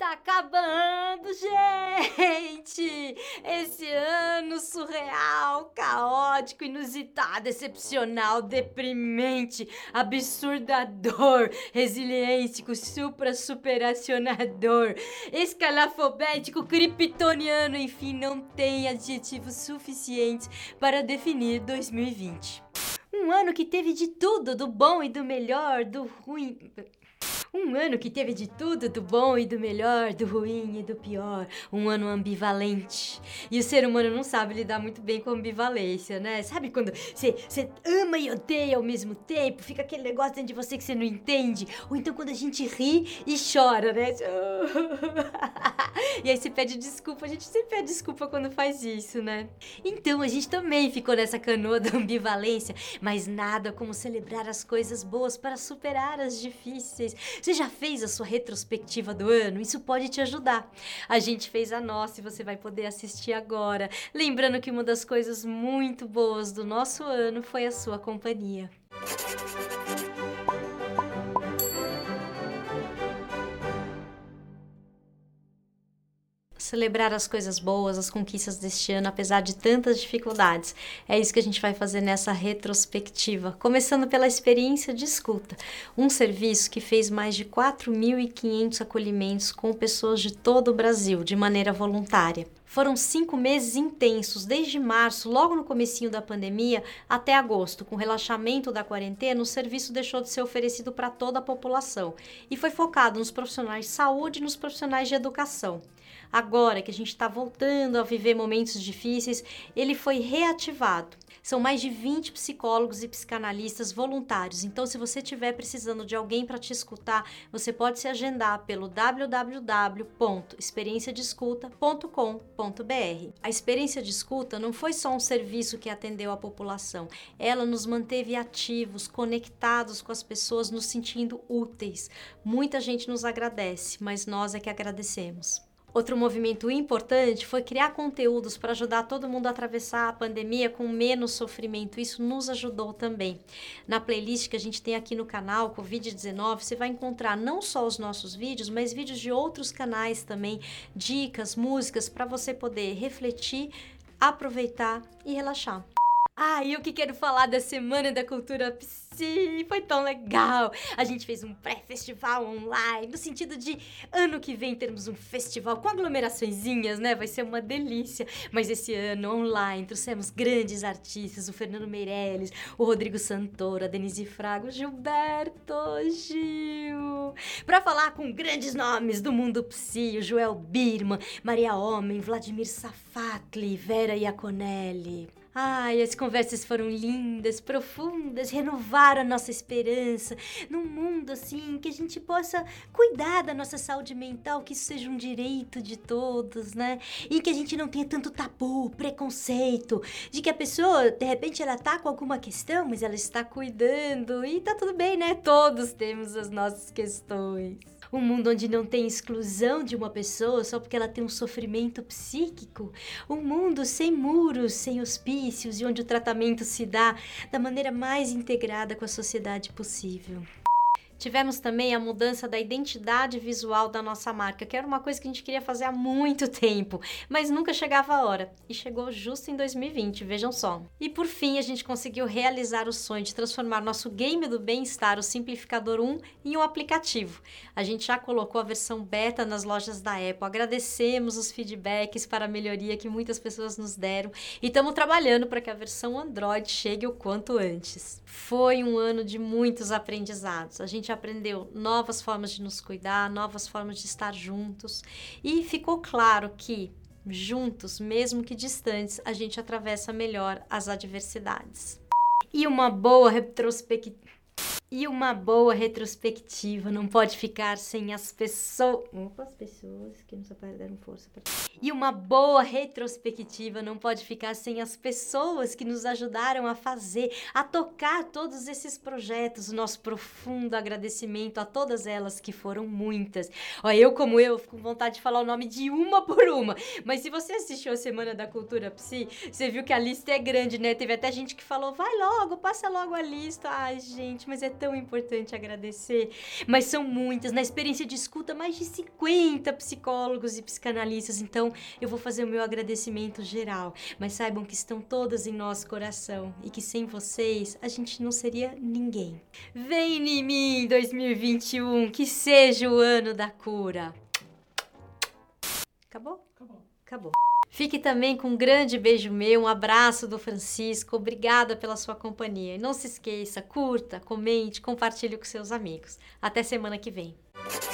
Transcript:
Tá acabando, gente! Esse ano surreal, caótico, inusitado, excepcional, deprimente, absurdador, resiliêntico, superacionador, escalafobético, kryptoniano, enfim, não tem adjetivos suficientes para definir 2020. Um ano que teve de tudo, do bom e do melhor, do ruim... Um ano que teve de tudo, do bom e do melhor, do ruim e do pior. Um ano ambivalente. E o ser humano não sabe lidar muito bem com ambivalência, né? Sabe quando você ama e odeia ao mesmo tempo? Fica aquele negócio dentro de você que você não entende? Ou então quando a gente ri e chora, né? E aí você pede desculpa. A gente sempre pede desculpa quando faz isso, né? Então a gente também ficou nessa canoa da ambivalência. Mas nada como celebrar as coisas boas para superar as difíceis. Você já fez a sua retrospectiva do ano? Isso pode te ajudar. A gente fez a nossa e você vai poder assistir agora. Lembrando que uma das coisas muito boas do nosso ano foi a sua companhia. Celebrar as coisas boas, as conquistas deste ano, apesar de tantas dificuldades. É isso que a gente vai fazer nessa retrospectiva, começando pela experiência de escuta, um serviço que fez mais de 4.500 acolhimentos com pessoas de todo o Brasil, de maneira voluntária. Foram 5 meses intensos, desde março, logo no comecinho da pandemia, até agosto. Com o relaxamento da quarentena, o serviço deixou de ser oferecido para toda a população e foi focado nos profissionais de saúde e nos profissionais de educação. Agora que a gente está voltando a viver momentos difíceis, ele foi reativado. São mais de 20 psicólogos e psicanalistas voluntários, então se você estiver precisando de alguém para te escutar, você pode se agendar pelo www.experienciadescuta.com.br. A experiência de escuta não foi só um serviço que atendeu a população, ela nos manteve ativos, conectados com as pessoas, nos sentindo úteis. Muita gente nos agradece, mas nós é que agradecemos. Outro movimento importante foi criar conteúdos para ajudar todo mundo a atravessar a pandemia com menos sofrimento. Isso nos ajudou também. Na playlist que a gente tem aqui no canal, Covid-19, você vai encontrar não só os nossos vídeos, mas vídeos de outros canais também, dicas, músicas, para você poder refletir, aproveitar e relaxar. E eu que quero falar da Semana da Cultura Psi, foi tão legal! A gente fez um pré-festival online, no sentido de ano que vem termos um festival com aglomeraçõezinhas, né? Vai ser uma delícia. Mas esse ano, online, trouxemos grandes artistas, o Fernando Meirelles, o Rodrigo Santoro, a Denise Fraga, o Gilberto Gil, pra falar com grandes nomes do mundo Psi, o Joel Birman, Maria Homem, Vladimir Safatli, Vera Iaconelli. As conversas foram lindas, profundas, renovaram a nossa esperança num mundo assim que a gente possa cuidar da nossa saúde mental, que isso seja um direito de todos, né? E que a gente não tenha tanto tabu, preconceito, de que a pessoa, de repente, ela tá com alguma questão, mas ela está cuidando e tá tudo bem, né? Todos temos as nossas questões. Um mundo onde não tem exclusão de uma pessoa só porque ela tem um sofrimento psíquico. Um mundo sem muros, sem hospícios e onde o tratamento se dá da maneira mais integrada com a sociedade possível. Tivemos também a mudança da identidade visual da nossa marca, que era uma coisa que a gente queria fazer há muito tempo, mas nunca chegava a hora. E chegou justo em 2020, vejam só. E por fim, a gente conseguiu realizar o sonho de transformar nosso game do bem-estar, o Simplificador 1, em um aplicativo. A gente já colocou a versão beta nas lojas da Apple, agradecemos os feedbacks para a melhoria que muitas pessoas nos deram e estamos trabalhando para que a versão Android chegue o quanto antes. Foi um ano de muitos aprendizados. A gente aprendeu novas formas de nos cuidar, novas formas de estar juntos e ficou claro que juntos, mesmo que distantes, a gente atravessa melhor as adversidades. E uma boa retrospectiva não pode ficar sem as pessoas... as pessoas que nos deram força. E uma boa retrospectiva não pode ficar sem as pessoas que nos ajudaram a fazer, a tocar todos esses projetos. O nosso profundo agradecimento a todas elas, que foram muitas. Eu fico com vontade de falar o nome de uma por uma. Mas se você assistiu a Semana da Cultura Psi, você viu que a lista é grande, né? Teve até gente que falou, vai logo, passa logo a lista. Gente, mas é tão importante agradecer, mas são muitas. Na experiência de escuta, mais de 50 psicólogos e psicanalistas, então eu vou fazer o meu agradecimento geral, mas saibam que estão todas em nosso coração e que sem vocês a gente não seria ninguém. Vem em mim 2021, que seja o ano da cura. Acabou? Acabou. Fique também com um grande beijo meu, um abraço do Francisco, obrigada pela sua companhia. E não se esqueça, curta, comente, compartilhe com seus amigos. Até semana que vem.